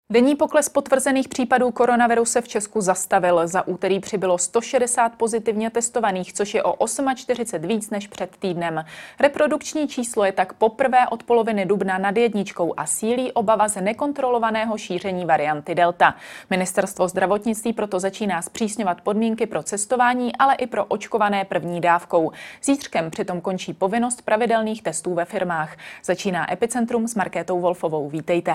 Denní pokles potvrzených případů koronaviru se v Česku zastavil. Za úterý přibylo 160 pozitivně testovaných, což je o 48 víc než před týdnem. Reprodukční číslo je tak poprvé od poloviny dubna nad jedničkou a sílí obava z nekontrolovaného šíření varianty Delta. Ministerstvo zdravotnictví proto začíná zpřísňovat podmínky pro cestování, ale i pro očkované první dávkou. Zítřkem přitom končí povinnost pravidelných testů ve firmách. Začíná Epicentrum s Markétou Wolfovou. Vítejte.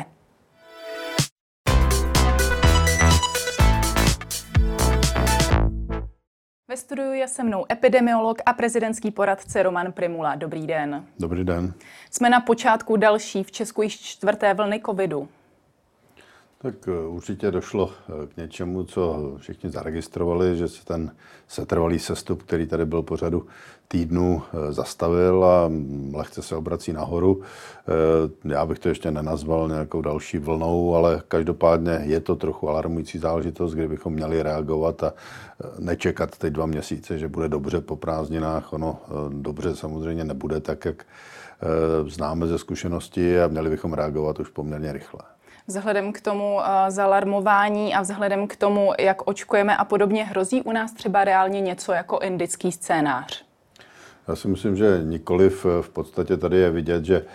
Ve studiu je se mnou epidemiolog a prezidentský poradce Roman Prymula. Dobrý den. Dobrý den. Jsme na počátku další v Česku již 4. vlny covidu. Tak určitě došlo k něčemu, co všichni zaregistrovali, že se ten setrvalý sestup, který tady byl po řadu týdnů, zastavil a lehce se obrací nahoru. Já bych to ještě nenazval nějakou další vlnou, ale každopádně je to trochu alarmující záležitost, kdy bychom měli reagovat a nečekat teď 2 měsíce, že bude dobře po prázdninách. Ono dobře samozřejmě nebude tak, jak známe ze zkušenosti, a měli bychom reagovat už poměrně rychle. Vzhledem k tomu zalarmování a vzhledem k tomu, jak očkujeme a podobně, hrozí u nás třeba reálně něco jako indický scénář? Já si myslím, že nikoliv. V podstatě tady je vidět, že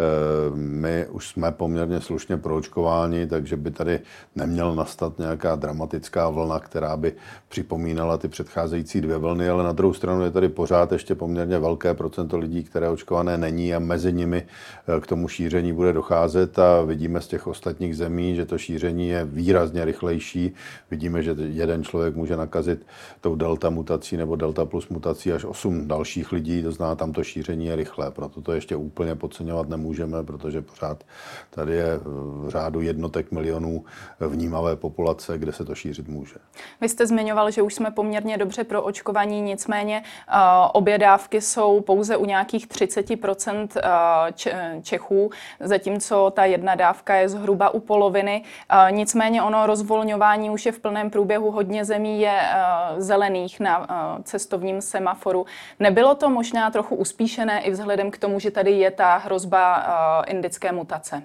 my už jsme poměrně slušně proočkováni, takže by tady neměla nastat nějaká dramatická vlna, která by připomínala ty předcházející 2 vlny, ale na druhou stranu je tady pořád ještě poměrně velké procento lidí, které očkované není, a mezi nimi k tomu šíření bude docházet, a vidíme z těch ostatních zemí, že to šíření je výrazně rychlejší. Vidíme, že jeden člověk může nakazit tou delta mutací nebo delta plus mutací až 8 dalších lidí, to znamená, tam to šíření je rychlé, proto to ještě úplně podceňovat nemůžeme, protože pořád tady je v řádu jednotek milionů vnímavé populace, kde se to šířit může. Vy jste zmiňoval, že už jsme poměrně dobře proočkovaní, nicméně obě dávky jsou pouze u nějakých 30% Čechů, zatímco ta jedna dávka je zhruba u poloviny. Nicméně ono rozvolňování už je v plném průběhu, hodně zemí je zelených na cestovním semaforu. Nebylo to možná trochu uspíšené i vzhledem k tomu, že tady je ta hrozba indické mutace?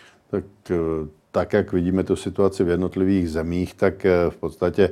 Tak jak vidíme tu situaci v jednotlivých zemích, tak v podstatě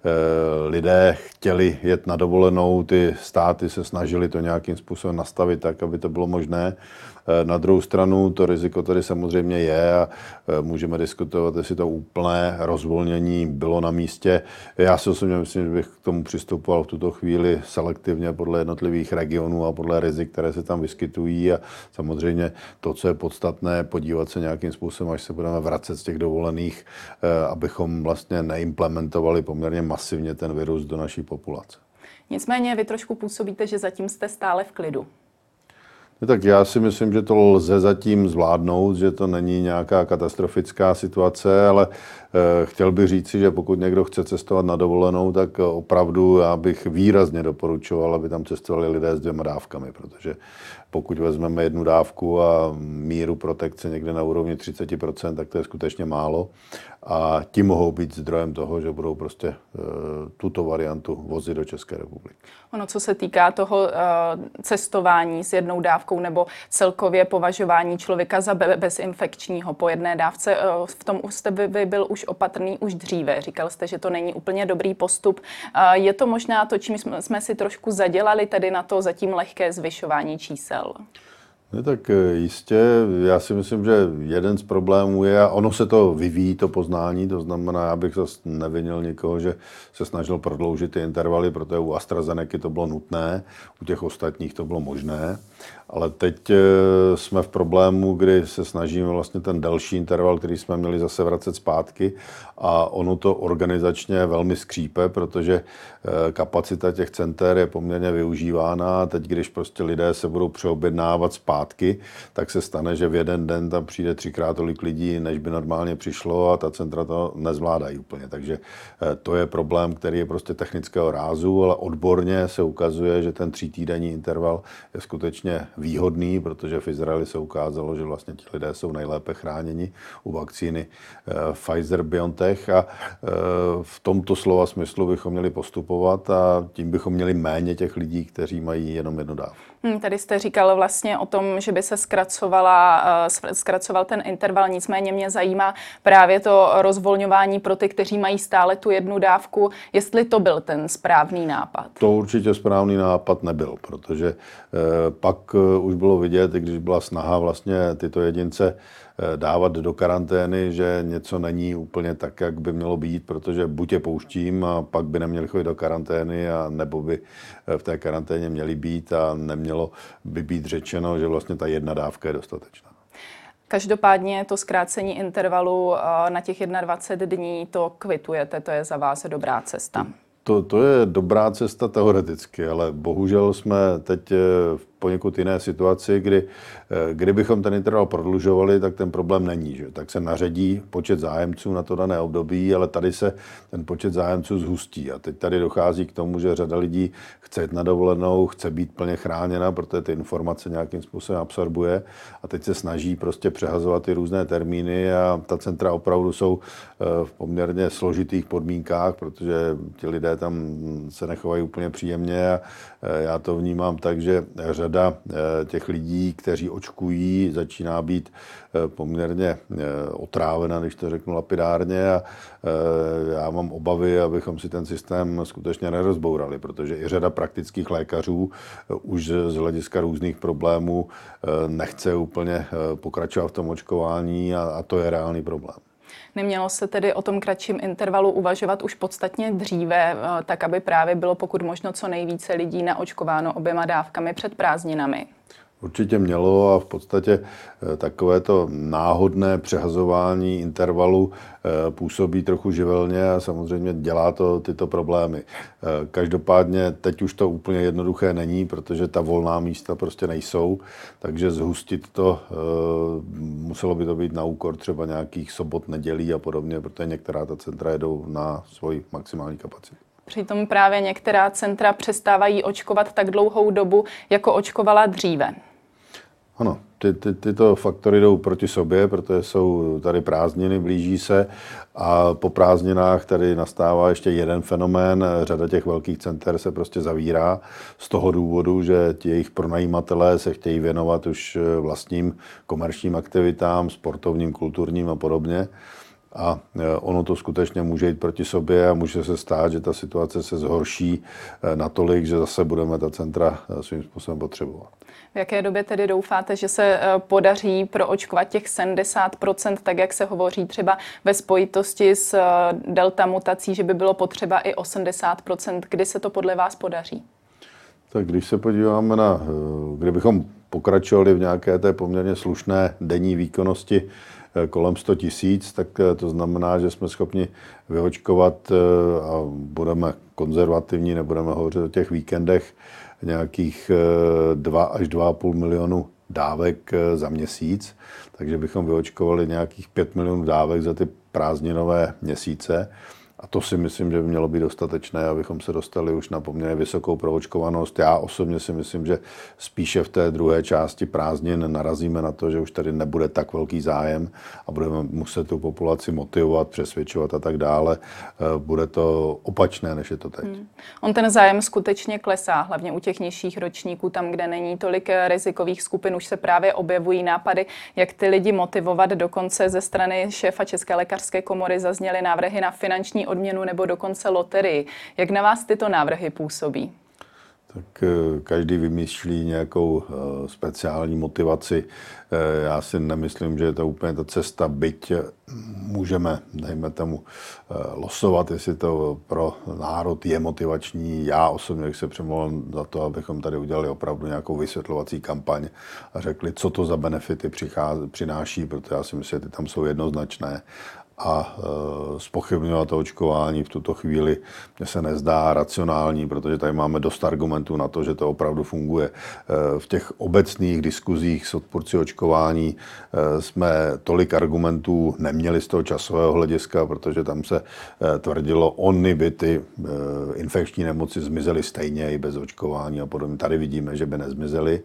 lidé chtěli jet na dovolenou, ty státy se snažili to nějakým způsobem nastavit tak, aby to bylo možné. Na druhou stranu to riziko tady samozřejmě je a můžeme diskutovat, jestli to úplné rozvolnění bylo na místě. Já si osobně myslím, že bych k tomu přistupoval v tuto chvíli selektivně podle jednotlivých regionů a podle rizik, které se tam vyskytují, a samozřejmě to, co je podstatné, podívat se nějakým způsobem, až se budeme vracet z těch dovolených, abychom vlastně neimplementovali poměrně masivně ten virus do naší populace. Nicméně vy trošku působíte, že zatím jste stále v klidu. Tak já si myslím, že to lze zatím zvládnout, že to není nějaká katastrofická situace, ale chtěl bych říci, že pokud někdo chce cestovat na dovolenou, tak opravdu já bych výrazně doporučoval, aby tam cestovali lidé s 2 dávkami, protože pokud vezmeme 1 dávku a míru protekce někde na úrovni 30%, tak to je skutečně málo. A ti mohou být zdrojem toho, že budou prostě tuto variantu vozit do České republiky. Ono, co se týká toho cestování s 1 dávkou nebo celkově považování člověka za bezinfekčního po 1 dávce, v tom jste vy byl už opatrný už dříve. Říkal jste, že to není úplně dobrý postup. Je to možná to, čím jsme si trošku zadělali tady na to zatím lehké zvyšování čísel? No tak jistě, já si myslím, že jeden z problémů je, a ono se to vyvíjí, to poznání, to znamená, já bych zase nevinil nikoho, že se snažil prodloužit ty intervaly, protože u AstraZeneca to bylo nutné, u těch ostatních to bylo možné, ale teď jsme v problému, kdy se snažíme vlastně ten delší interval, který jsme měli, zase vracet zpátky, a ono to organizačně velmi skřípe, protože kapacita těch center je poměrně využívána, a teď, když prostě lidé se budou přeobjednávat zpátky, tak se stane, že v jeden den tam přijde 3krát tolik lidí, než by normálně přišlo, a ta centra to nezvládají úplně. Takže to je problém, který je prostě technického rázu, ale odborně se ukazuje, že ten 3týdenní interval je skutečně výhodný, protože v Izraeli se ukázalo, že vlastně ti lidé jsou nejlépe chráněni u vakcíny Pfizer-BioNTech, a v tomto slova smyslu bychom měli postupovat, a tím bychom měli méně těch lidí, kteří mají jenom 1 dávku. Tady jste říkal vlastně o tom, že by se zkracoval ten interval, nicméně mě zajímá právě to rozvolňování pro ty, kteří mají stále tu jednu dávku, jestli to byl ten správný nápad. To určitě správný nápad nebyl, protože pak už bylo vidět, když byla snaha vlastně tyto jedince dávat do karantény, že něco není úplně tak, jak by mělo být, protože buď je pouštím a pak by neměli chodit do karantény, a nebo by v té karanténě měli být a nemělo by být řečeno, že vlastně ta jedna dávka je dostatečná. Každopádně to zkrácení intervalu na těch 21 dní, to kvitujete, to je za vás dobrá cesta. To je dobrá cesta teoreticky, ale bohužel jsme teď v poněkud jiné situaci, kdybychom ten interval prodlužovali, tak ten problém není. Že? Tak se naředí počet zájemců na to dané období, ale tady se ten počet zájemců zhustí. A teď tady dochází k tomu, že řada lidí chce jít na dovolenou, chce být plně chráněna, protože ty informace nějakým způsobem absorbuje. A teď se snaží prostě přehazovat ty různé termíny a ta centra opravdu jsou v poměrně složitých podmínkách, protože ti lidé tam se nechovají úplně příjemně a já to vnímám tak, že řada těch lidí, kteří očkují, začíná být poměrně otrávena, když to řeknu lapidárně, a já mám obavy, abychom si ten systém skutečně nerozbourali, protože i řada praktických lékařů už z hlediska různých problémů nechce úplně pokračovat v tom očkování a to je reálný problém. Nemělo se tedy o tom kratším intervalu uvažovat už podstatně dříve, tak aby právě bylo pokud možno co nejvíce lidí naočkováno oběma dávkami před prázdninami? Určitě mělo a v podstatě takovéto náhodné přehazování intervalu působí trochu živelně a samozřejmě dělá to tyto problémy. Každopádně teď už to úplně jednoduché není, protože ta volná místa prostě nejsou, takže zhustit to, muselo by to být na úkor třeba nějakých sobot, nedělí a podobně, protože některá ta centra jedou na svoji maximální kapacitu. Přitom právě některá centra přestávají očkovat tak dlouhou dobu, jako očkovala dříve. Ano, tyto faktory jdou proti sobě, protože jsou tady prázdniny, blíží se a po prázdninách tady nastává ještě jeden fenomén. Řada těch velkých center se prostě zavírá z toho důvodu, že ti jejich pronajímatelé se chtějí věnovat už vlastním komerčním aktivitám, sportovním, kulturním a podobně. A ono to skutečně může jít proti sobě a může se stát, že ta situace se zhorší natolik, že zase budeme ta centra svým způsobem potřebovat. V jaké době tedy doufáte, že se podaří proočkovat těch 70%, tak jak se hovoří třeba ve spojitosti s delta mutací, že by bylo potřeba i 80%? Kdy se to podle vás podaří? Tak když se podíváme kdybychom pokračovali v nějaké té poměrně slušné denní výkonnosti kolem 100 000, tak to znamená, že jsme schopni vyočkovat a budeme konzervativní, nebudeme hovořit o těch víkendech, nějakých 2 až 2,5 milionu dávek za měsíc, takže bychom vyočkovali nějakých 5 milionů dávek za ty prázdninové měsíce. A to si myslím, že by mělo být dostatečné, abychom se dostali už na poměrně vysokou proočkovanost. Já osobně si myslím, že spíše v té druhé části prázdnin narazíme na to, že už tady nebude tak velký zájem a budeme muset tu populaci motivovat, přesvědčovat a tak dále. Bude to opačné, než je to teď. On ten zájem skutečně klesá, hlavně u těch nižších ročníků, tam, kde není tolik rizikových skupin, už se právě objevují nápady, jak ty lidi motivovat. Dokonce ze strany šéfa České lékařské komory zazněly návrhy na finanční odměnu nebo dokonce loterii. Jak na vás tyto návrhy působí? Tak každý vymýšlí nějakou speciální motivaci. Já si nemyslím, že je to úplně ta cesta, byť můžeme, dejme tomu, losovat, jestli to pro národ je motivační. Já osobně bych se přemlouval za to, abychom tady udělali opravdu nějakou vysvětlovací kampaň a řekli, co to za benefity přináší, protože já si myslím, že ty tam jsou jednoznačné. A zpochybňovat to očkování v tuto chvíli mně se nezdá racionální, protože tady máme dost argumentů na to, že to opravdu funguje. V těch obecných diskuzích s odpůrci očkování jsme tolik argumentů neměli z toho časového hlediska, protože tam se tvrdilo, ony by ty infekční nemoci zmizely stejně i bez očkování a podobně. Tady vidíme, že by nezmizely.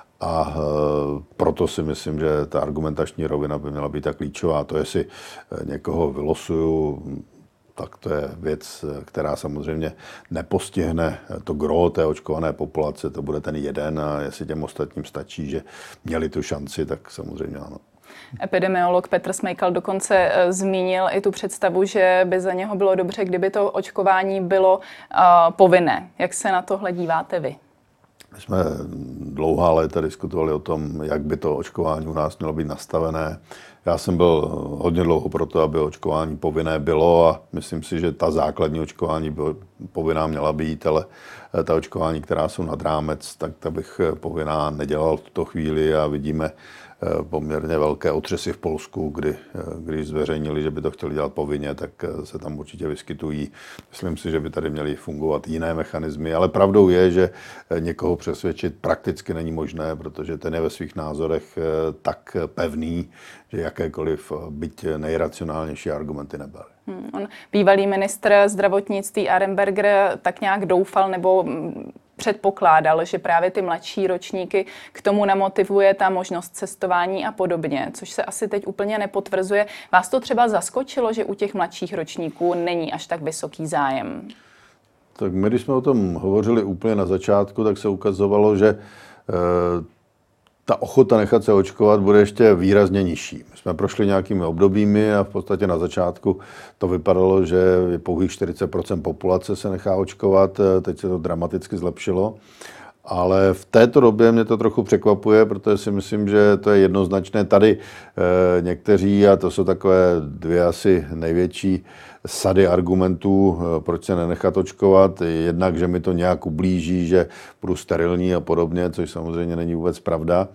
A proto si myslím, že ta argumentační rovina by měla být tak klíčová. To, jestli někoho vylosuju, tak to je věc, která samozřejmě nepostihne to gros té očkované populace, to bude ten jeden a jestli těm ostatním stačí, že měli tu šanci, tak samozřejmě ano. Epidemiolog Petr Smejkal dokonce zmínil i tu představu, že by za něho bylo dobře, kdyby to očkování bylo povinné. Jak se na tohle díváte vy? My jsme dlouhá léta diskutovali o tom, jak by to očkování u nás mělo být nastavené. Já jsem byl hodně dlouho pro to, aby očkování povinné bylo a myslím si, že ta základní očkování by povinná měla být, ale ta očkování, která jsou nad rámec, tak ta bych povinná nedělal v tuto chvíli a vidíme poměrně velké otřesy v Polsku, když zveřejnili, že by to chtěli dělat povinně, tak se tam určitě vyskytují. Myslím si, že by tady měly fungovat jiné mechanismy, ale pravdou je, že někoho přesvědčit prakticky není možné, protože ten je ve svých názorech tak pevný, že jakékoliv, byť nejracionálnější argumenty nebyly. On, bývalý ministr zdravotnictví Arenberger tak nějak doufal nebo předpokládal, že právě ty mladší ročníky k tomu namotivuje ta možnost cestování a podobně, což se asi teď úplně nepotvrzuje. Vás to třeba zaskočilo, že u těch mladších ročníků není až tak vysoký zájem? Tak my, když jsme o tom hovořili úplně na začátku, tak se ukazovalo, že ta ochota nechat se očkovat bude ještě výrazně nižší. My jsme prošli nějakými obdobími a v podstatě na začátku to vypadalo, že pouhých 40% populace se nechá očkovat, teď se to dramaticky zlepšilo. Ale v této době mě to trochu překvapuje, protože si myslím, že to je jednoznačné. Tady někteří, a to jsou takové dvě asi největší sady argumentů, proč se nenechat očkovat. Jednak, že mi to nějak ublíží, že budu sterilní a podobně, což samozřejmě není vůbec pravda.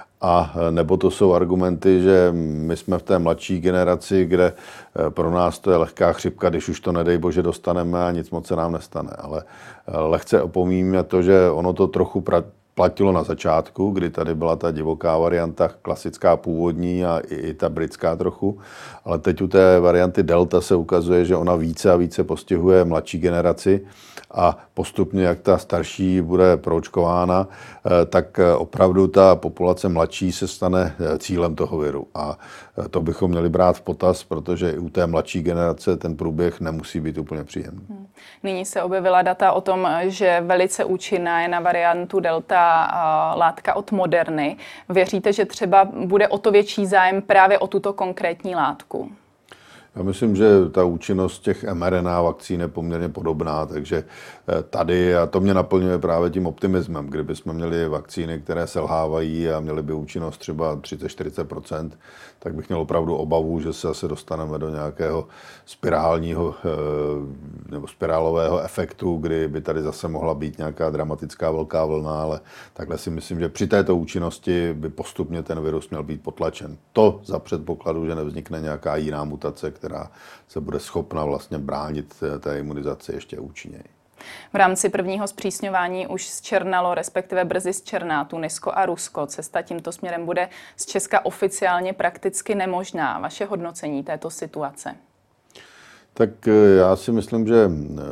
A nebo to jsou argumenty, že my jsme v té mladší generaci, kde pro nás to je lehká chřipka, když už to nedej bože dostaneme a nic moc se nám nestane. Ale lehce opomíjíme to, že ono to trochu platilo na začátku, kdy tady byla ta divoká varianta, klasická původní a i ta britská trochu. Ale teď u té varianty Delta se ukazuje, že ona více a více postihuje mladší generaci a postupně, jak ta starší bude proočkována, tak opravdu ta populace mladší se stane cílem toho viru. A to bychom měli brát v potaz, protože i u té mladší generace ten průběh nemusí být úplně příjemný. Nyní se objevila data o tom, že velice účinná je na variantu Delta látka od Moderny. Věříte, že třeba bude o to větší zájem právě o tuto konkrétní látku? Já myslím, že ta účinnost těch mRNA vakcín je poměrně podobná, takže tady, a to mě naplňuje právě tím optimismem, kdybychom měli vakcíny, které selhávají a měly by účinnost třeba 30-40%, tak bych měl opravdu obavu, že se zase dostaneme do nějakého spirálního nebo spirálového efektu, kdy by tady zase mohla být nějaká dramatická velká vlna, ale takhle si myslím, že při této účinnosti by postupně ten virus měl být potlačen. To za předpokladu, že nevznikne nějaká jiná mutace, která se bude schopna vlastně bránit té imunizaci ještě účinněji. V rámci prvního zpřísňování už zčernalo, respektive brzy zčerná Tunisko a Rusko. Cesta tímto směrem bude z Česka oficiálně prakticky nemožná. Vaše hodnocení této situace? Tak já si myslím, že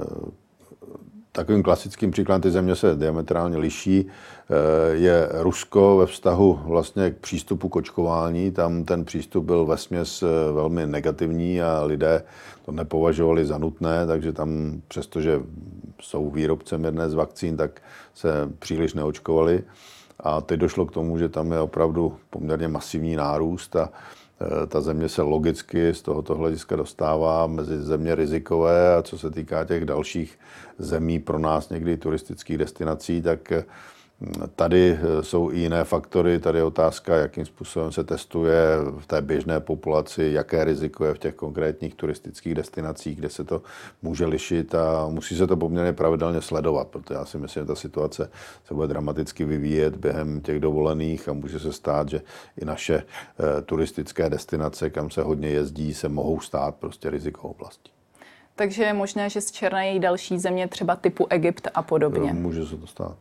takovým klasickým příkladem, ty země se diametrálně liší, je Rusko ve vztahu vlastně k přístupu k očkování. Tam ten přístup byl vesměs velmi negativní a lidé to nepovažovali za nutné, takže tam přestože jsou výrobcem jedné z vakcín, tak se příliš neočkovali. A teď došlo k tomu, že tam je opravdu poměrně masivní nárůst a ta země se logicky z tohoto hlediska dostává mezi země rizikové a co se týká těch dalších zemí pro nás někdy turistických destinací, tak tady jsou i jiné faktory. Tady je otázka, jakým způsobem se testuje v té běžné populaci, jaké riziko je v těch konkrétních turistických destinacích, kde se to může lišit a musí se to poměrně pravidelně sledovat, protože já si myslím, že ta situace se bude dramaticky vyvíjet během těch dovolených a může se stát, že i naše turistické destinace, kam se hodně jezdí, se mohou stát prostě rizikovou oblastí. Takže je možné, že zčernají další země, třeba typu Egypt a podobně. Může se to stát.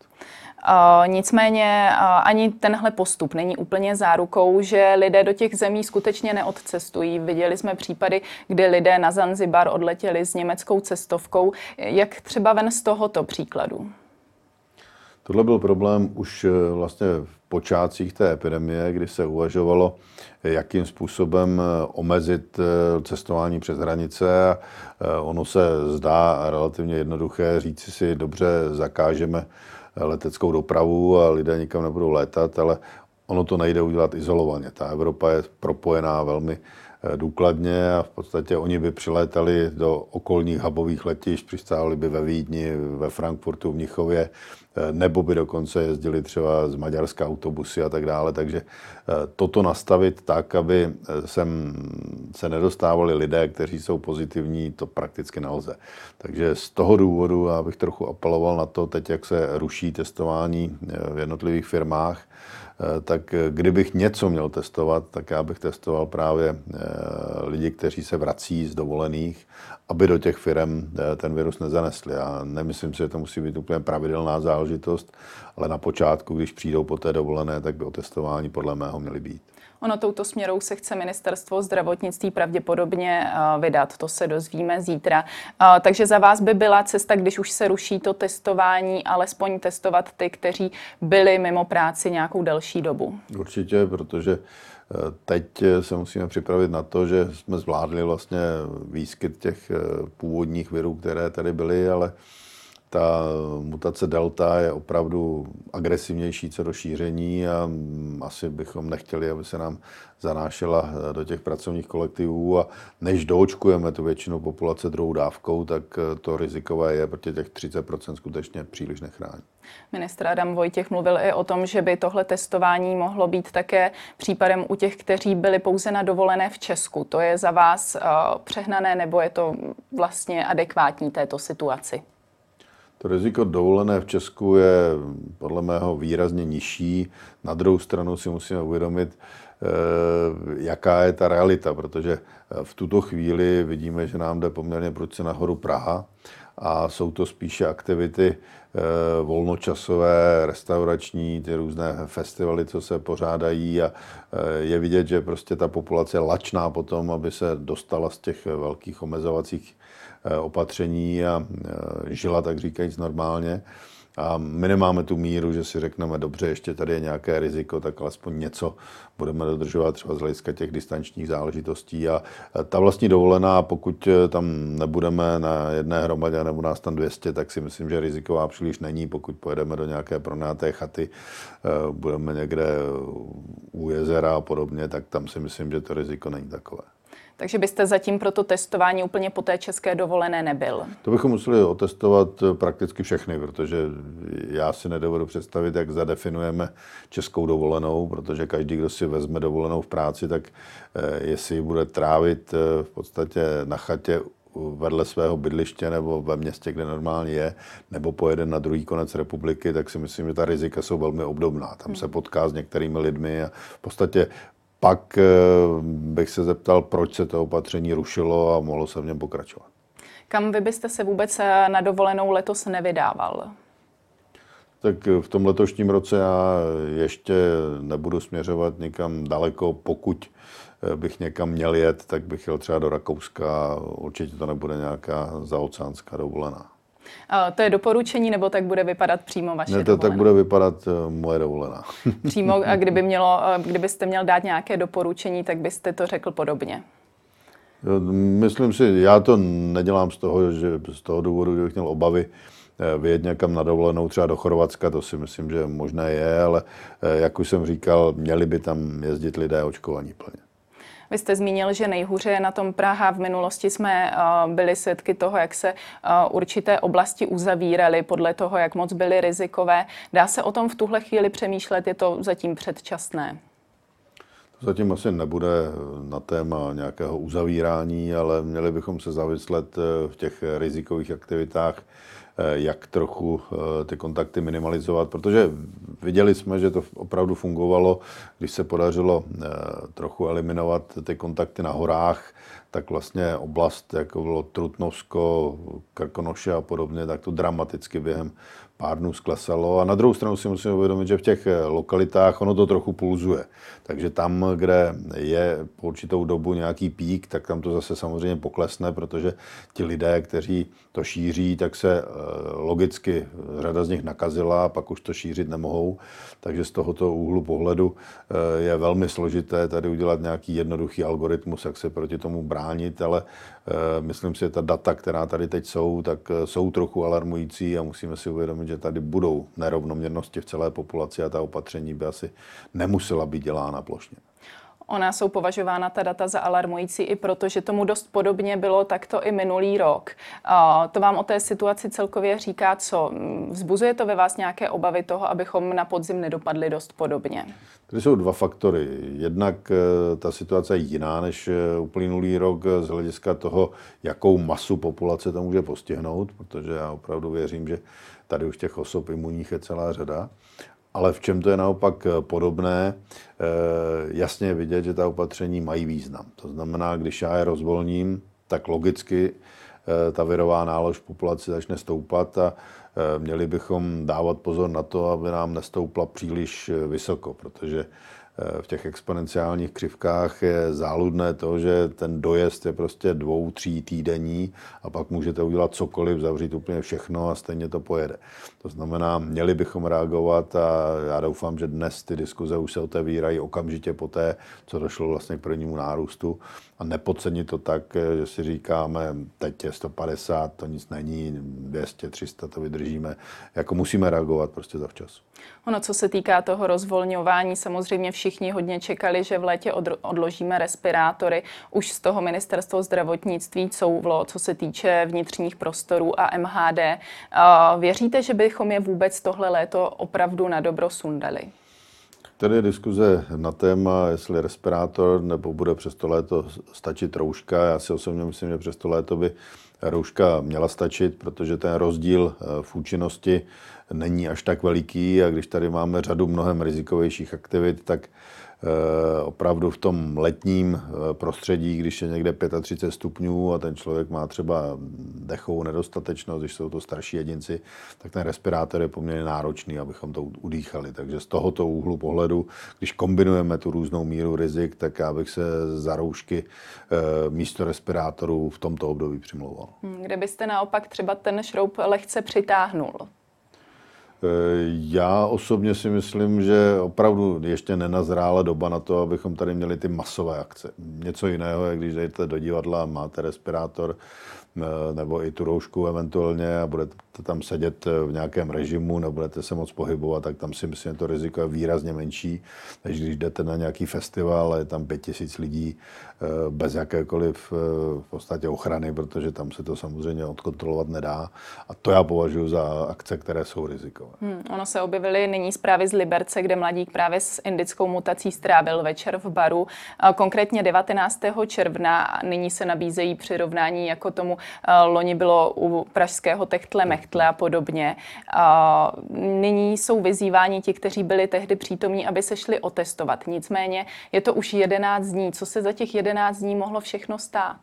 Nicméně ani tenhle postup není úplně zárukou, že lidé do těch zemí skutečně neodcestují. Viděli jsme případy, kdy lidé na Zanzibar odletěli s německou cestovkou. Jak třeba ven z tohoto příkladu? Tohle byl problém už vlastně v počátcích té epidemie, kdy se uvažovalo, jakým způsobem omezit cestování přes hranice. A ono se zdá relativně jednoduché říci si, dobře, zakážeme leteckou dopravu a lidé nikam nebudou létat, ale ono to nejde udělat izolovaně. Ta Evropa je propojená velmi důkladně a v podstatě oni by přilétali do okolních hubových letišť, přistáli by ve Vídni, ve Frankfurtu, v Mnichově, nebo by dokonce jezdili třeba z Maďarska autobusy a tak dále. Takže toto nastavit tak, aby sem se nedostávali lidé, kteří jsou pozitivní, to prakticky nelze. Takže z toho důvodu já bych trochu apeloval na to, teď jak se ruší testování v jednotlivých firmách, tak kdybych něco měl testovat, tak já bych testoval právě lidi, kteří se vrací z dovolených, aby do těch firem ten virus nezanesli. Já nemyslím si, že to musí být úplně pravidelná záležitost, ale na počátku, když přijdou po té dovolené, tak by o testování podle mého měli být. Ono touto směrou se chce ministerstvo zdravotnictví pravděpodobně vydat, to se dozvíme zítra. Takže za vás by byla cesta, když už se ruší to testování, alespoň testovat ty, kteří byli mimo práci nějakou delší dobu? Určitě, protože teď se musíme připravit na to, že jsme zvládli vlastně výskyt těch původních virů, které tady byly, ale ta mutace delta je opravdu agresivnější co do šíření a asi bychom nechtěli, aby se nám zanášela do těch pracovních kolektivů a než doočkujeme tu většinu populace druhou dávkou, tak to rizikové je, protože těch 30% skutečně příliš nechrání. Ministr Adam Vojtěch mluvil i o tom, že by tohle testování mohlo být také případem u těch, kteří byli pouze na dovolené v Česku. To je za vás přehnané nebo je to vlastně adekvátní této situaci? To riziko dovolené v Česku je podle mého výrazně nižší. Na druhou stranu si musíme uvědomit, jaká je ta realita, protože v tuto chvíli vidíme, že nám jde poměrně prudce nahoru Praha a jsou to spíše aktivity volnočasové, restaurační, ty různé festivaly, co se pořádají a je vidět, že prostě ta populace je lačná potom, aby se dostala z těch velkých omezovacích opatření a žila, tak říkajíc, normálně. A my nemáme tu míru, že si řekneme, dobře, ještě tady je nějaké riziko, tak alespoň něco budeme dodržovat třeba z hlediska těch distančních záležitostí. A ta vlastní dovolená, pokud tam nebudeme na jedné hromadě nebo nás tam 200, tak si myslím, že riziková příliš není. Pokud pojedeme do nějaké pronajaté chaty, budeme někde u jezera a podobně, tak tam si myslím, že to riziko není takové. Takže byste zatím pro to testování úplně po té české dovolené nebyl? To bychom museli otestovat prakticky všechny, protože já si nedovedu představit, jak zadefinujeme českou dovolenou, protože každý, kdo si vezme dovolenou v práci, tak jestli bude trávit v podstatě na chatě vedle svého bydliště nebo ve městě, kde normálně je, nebo pojede na druhý konec republiky, tak si myslím, že ta rizika jsou velmi obdobná. Tam se potká s některými lidmi a v podstatě pak bych se zeptal, proč se to opatření rušilo a mohlo se v něm pokračovat. Kam vy byste se vůbec na dovolenou letos nevydával? Tak v tom letošním roce já ještě nebudu směřovat někam daleko. Pokud bych někam měl jet, tak bych jel třeba do Rakouska. Určitě to nebude nějaká zaoceánská dovolená. To je doporučení, nebo tak bude vypadat přímo vaše dovolená? Tak bude vypadat moje dovolená. Přímo, a kdybyste měl dát nějaké doporučení, tak byste to řekl podobně. Myslím si, já to nedělám z toho důvodu, že bych měl obavy vyjet někam na dovolenou, třeba do Chorvatska, to si myslím, že možné je, ale jak už jsem říkal, měli by tam jezdit lidé očkovaní plně. Vy jste zmínil, že nejhůře je na tom Praha. V minulosti jsme byli svědky toho, jak se určité oblasti uzavíraly podle toho, jak moc byly rizikové. Dá se o tom v tuhle chvíli přemýšlet? Je to zatím předčasné? To zatím asi nebude na téma nějakého uzavírání, ale měli bychom se zamyslet v těch rizikových aktivitách, jak trochu ty kontakty minimalizovat, protože viděli jsme, že to opravdu fungovalo, když se podařilo trochu eliminovat ty kontakty na horách, tak vlastně oblast, jako bylo Trutnovsko, Krkonoše a podobně, tak to dramaticky během pár dnů sklesalo. A na druhou stranu si musím uvědomit, že v těch lokalitách ono to trochu pulzuje. Takže tam, kde je po určitou dobu nějaký pík, tak tam to zase samozřejmě poklesne, protože ti lidé, kteří to šíří, tak se logicky řada z nich nakazila a pak už to šířit nemohou. Takže z tohoto úhlu pohledu je velmi složité tady udělat nějaký jednoduchý algoritmus, jak se proti tomu bránit, ale myslím si, že ta data, která tady teď jsou, tak jsou trochu alarmující a musíme si uvědomit, že tady budou nerovnoměrnosti v celé populaci a ta opatření by asi nemusela být dělána plošně. Ona jsou považována ta data za alarmující i proto, že tomu dost podobně bylo takto i minulý rok. To vám o té situaci celkově říká co? Vzbuzuje to ve vás nějaké obavy toho, abychom na podzim nedopadli dost podobně? Tady jsou dva faktory. Jednak ta situace je jiná než uplynulý rok z hlediska toho, jakou masu populace to může postihnout, protože já opravdu věřím, že tady už těch osob imunních je celá řada. Ale v čem to je naopak podobné, jasně je vidět, že ta opatření mají význam. To znamená, když já je rozvolním, tak logicky ta virová nálož v populaci začne stoupat a měli bychom dávat pozor na to, aby nám nestoupla příliš vysoko, protože v těch exponenciálních křivkách je záludné to, že ten dojezd je prostě 2-3 týdenní a pak můžete udělat cokoliv, zavřít úplně všechno a stejně to pojede. To znamená, měli bychom reagovat a já doufám, že dnes ty diskuze už se otevírají okamžitě poté, co došlo vlastně k prvnímu nárůstu a nepodcenit to tak, že si říkáme, teď je 150, to nic není, 200, 300 to vydržíme. Jako musíme reagovat prostě zavčas. Ono, co se týká toho rozvolňování, samozřejmě všichni hodně čekali, že v létě odložíme respirátory. Už z toho ministerstvo zdravotnictví couvlo, co se týče vnitřních prostorů a MHD. Věříte, že bychom je vůbec tohle léto opravdu na dobro sundali? Tady je diskuze na téma, jestli respirátor nebo bude přes to léto stačit rouška. Já si osobně myslím, že přes to léto by rouška měla stačit, protože ten rozdíl v účinnosti není až tak veliký a když tady máme řadu mnohem rizikovějších aktivit, tak opravdu v tom letním prostředí, když je někde 35 stupňů a ten člověk má třeba dechovou nedostatečnost, když jsou to starší jedinci, tak ten respirátor je poměrně náročný, abychom to udýchali. Takže z tohoto úhlu pohledu, když kombinujeme tu různou míru rizik, tak já bych se za roušky místo respirátorů v tomto období přimlouval. Kde byste naopak třeba ten šroub lehce přitáhnul? Já osobně si myslím, že opravdu ještě nenazrála doba na to, abychom tady měli ty masové akce. Něco jiného je, když jdete do divadla a máte respirátor nebo i tu roušku eventuálně a budete tam sedět v nějakém režimu, nebudete se moc pohybovat, tak tam si myslím, že to riziko je výrazně menší, než když jdete na nějaký festival a je tam 5000 lidí bez jakékoliv v podstatě ochrany, protože tam se to samozřejmě odkontrolovat nedá. A to já považuji za akce, které jsou rizikové. Ono se objevily nyní zprávy z Liberce, kde mladík právě s indickou mutací strávil večer v baru. Konkrétně 19. června, nyní se nabízejí přirovnání, jako tomu loni bylo u pražského Techtle Mechtle a podobně. Nyní jsou vyzýváni ti, kteří byli tehdy přítomní, aby se šli otestovat. Nicméně je to už 11 dní. Co se za těch 11 dní mohlo všechno stát?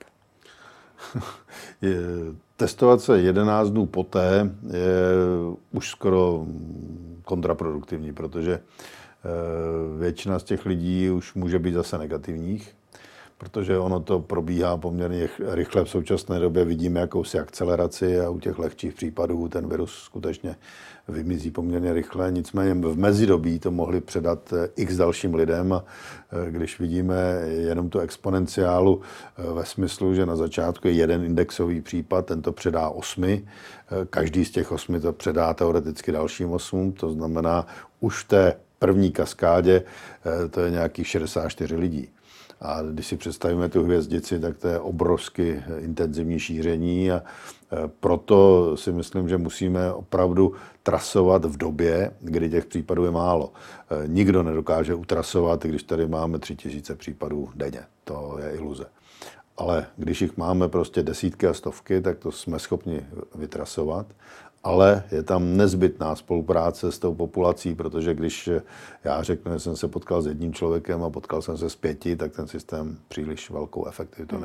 Testovat se 11 dnů poté je už skoro kontraproduktivní, protože většina z těch lidí už může být zase negativních, protože ono to probíhá poměrně rychle. V současné době vidíme jakousi akceleraci a u těch lehčích případů ten virus skutečně vymizí poměrně rychle. Nicméně v mezidobí to mohli předat x dalším lidem a když vidíme jenom tu exponenciálu ve smyslu, že na začátku je jeden indexový případ, ten to předá 8, každý z těch 8 to předá teoreticky dalším 8, to znamená už v té první kaskádě to je nějakých 64 lidí. A když si představíme tu hvězdici, tak to je obrovsky intenzivní šíření a proto si myslím, že musíme opravdu trasovat v době, kdy těch případů je málo. Nikdo nedokáže utrasovat, když tady máme 3000 případů denně. To je iluze. Ale když jich máme prostě desítky a stovky, tak to jsme schopni vytrasovat. Ale je tam nezbytná spolupráce s tou populací, protože když já řeknu, že jsem se potkal s jedním člověkem a potkal jsem se s 5, tak ten systém příliš velkou efektivitu nemá.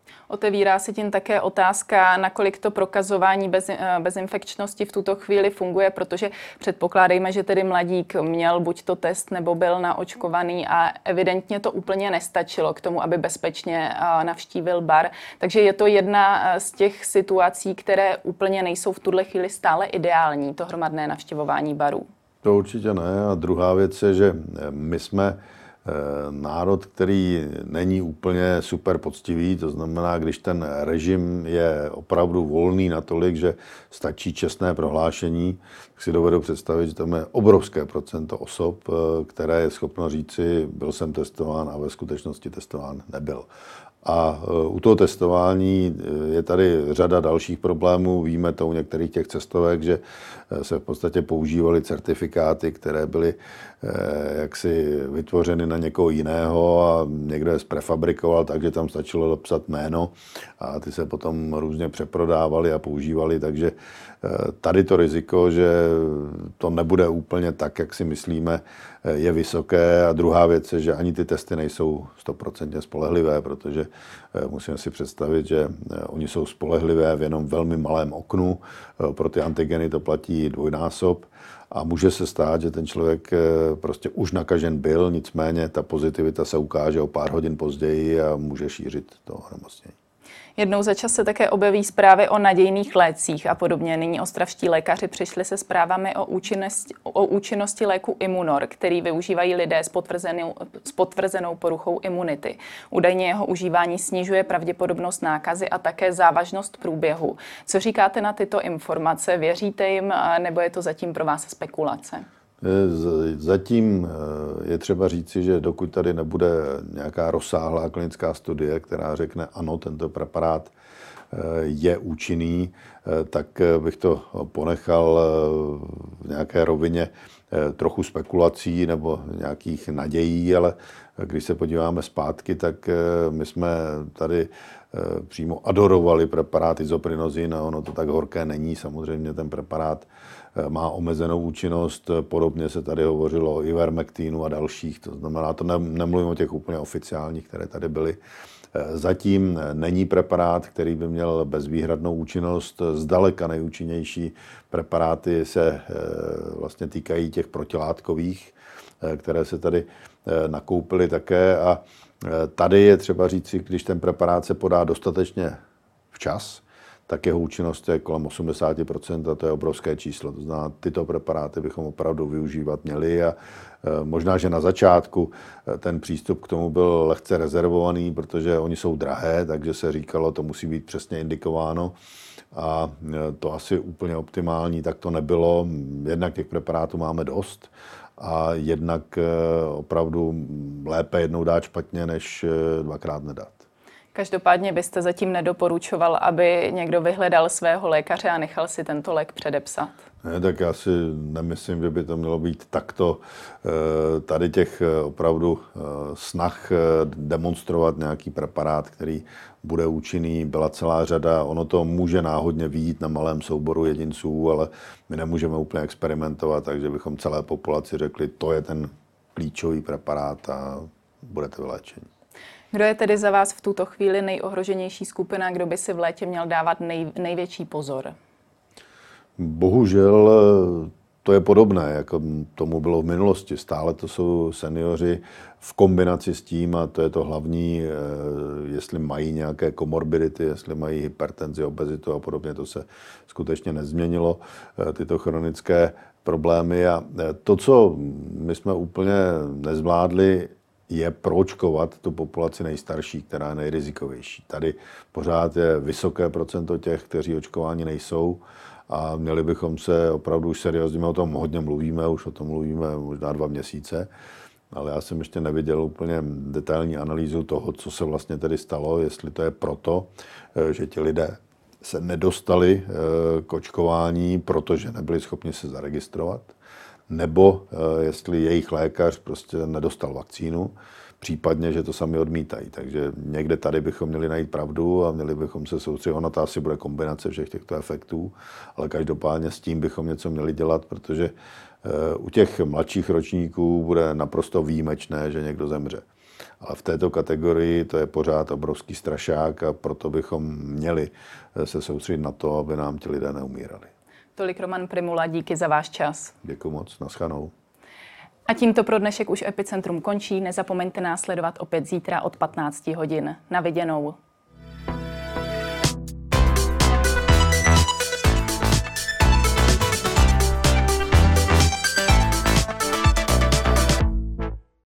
Otevírá se tím také otázka, nakolik to prokazování bezinfekčnosti v tuto chvíli funguje, protože předpokládejme, že tedy mladík měl buď to test, nebo byl naočkovaný a evidentně to úplně nestačilo k tomu, aby bezpečně navštívil bar. Takže je to jedna z těch situací, které úplně nejsou v tuhle chvíli stále ideální, to hromadné navštěvování barů. To určitě ne. A druhá věc je, že my jsme národ, který není úplně super poctivý, to znamená, když ten režim je opravdu volný natolik, že stačí čestné prohlášení, tak si dovedu představit, že tam je obrovské procento osob, které je schopno říci, byl jsem testován a ve skutečnosti testován nebyl. A u toho testování je tady řada dalších problémů. Víme to u některých těch cestovek, že se v podstatě používaly certifikáty, které byly jaksi vytvořeny na někoho jiného a někdo je zprefabrikoval, takže tam stačilo dopsat jméno a ty se potom různě přeprodávaly a používaly, takže tady to riziko, že to nebude úplně tak, jak si myslíme, je vysoké. A druhá věc je, že ani ty testy nejsou 100% spolehlivé, protože musíme si představit, že oni jsou spolehlivé v jenom velmi malém oknu. Pro ty antigeny to platí dvojnásob a může se stát, že ten člověk prostě už nakažen byl, nicméně ta pozitivita se ukáže o pár hodin později a může šířit to onemocnění. Jednou za čas se také objeví zprávy o nadějných lécích a podobně. Nyní ostravští lékaři přišli se zprávami o účinnosti léku Imunor, který využívají lidé s potvrzenou poruchou imunity. Údajně jeho užívání snižuje pravděpodobnost nákazy a také závažnost průběhu. Co říkáte na tyto informace? Věříte jim, nebo je to zatím pro vás spekulace? Zatím je třeba říci, že dokud tady nebude nějaká rozsáhlá klinická studie, která řekne ano, tento preparát je účinný, tak bych to ponechal v nějaké rovině trochu spekulací nebo nějakých nadějí, ale když se podíváme zpátky, tak my jsme tady přímo adorovali preparát Izoprinozin a ono to tak horké není. Samozřejmě ten preparát má omezenou účinnost, podobně se tady hovořilo o Ivermectinu a dalších, to znamená, to nemluvím o těch úplně oficiálních, které tady byly. Zatím není preparát, který by měl bezvýhradnou účinnost. Zdaleka nejúčinnější preparáty se vlastně týkají těch protilátkových, které se tady nakoupily také. A tady je třeba říci, když ten preparát se podá dostatečně včas, tak jeho účinnost je kolem 80% a to je obrovské číslo. To znamená, tyto preparáty bychom opravdu využívat měli a možná, že na začátku ten přístup k tomu byl lehce rezervovaný, protože oni jsou drahé, takže se říkalo, to musí být přesně indikováno a to asi úplně optimální tak to nebylo. Jednak těch preparátů máme dost a jednak opravdu lépe jednou dát špatně, než dvakrát nedat. Každopádně byste zatím nedoporučoval, aby někdo vyhledal svého lékaře a nechal si tento lék předepsat? Ne, tak já si nemyslím, že by to mělo být takto. Tady těch opravdu snah demonstrovat nějaký preparát, který bude účinný, byla celá řada. Ono to může náhodně vyjít na malém souboru jedinců, ale my nemůžeme úplně experimentovat, takže bychom celé populaci řekli, to je ten klíčový preparát a budete vyléčeni. Kdo je tedy za vás v tuto chvíli nejohroženější skupina, kdo by si v létě měl dávat největší pozor? Bohužel to je podobné, jako tomu bylo v minulosti. Stále to jsou seniori v kombinaci s tím, a to je to hlavní, jestli mají nějaké komorbidity, jestli mají hypertenzi, obezitu a podobně, to se skutečně nezměnilo, tyto chronické problémy. A to, co my jsme úplně nezvládli, je proočkovat tu populaci nejstarší, která je nejrizikovější. Tady pořád je vysoké procento těch, kteří očkováni nejsou a měli bychom se opravdu už seriózně, my o tom hodně mluvíme, už o tom mluvíme možná 2 měsíce, ale já jsem ještě neviděl úplně detailní analýzu toho, co se vlastně tedy stalo, jestli to je proto, že ti lidé se nedostali k očkování, protože nebyli schopni se zaregistrovat, nebo jestli jejich lékař prostě nedostal vakcínu, případně, že to sami odmítají. Takže někde tady bychom měli najít pravdu a měli bychom se soustředit. Ona to asi bude kombinace všech těchto efektů, ale každopádně s tím bychom něco měli dělat, protože u těch mladších ročníků bude naprosto výjimečné, že někdo zemře. Ale v této kategorii to je pořád obrovský strašák a proto bychom měli se soustředit na to, aby nám ti lidé neumírali. Tolik Roman Prymula, díky za váš čas. Děkuji moc, naschledanou. A tímto pro dnešek už Epicentrum končí. Nezapomeňte nás sledovat opět zítra od 15 hodin. Na viděnou.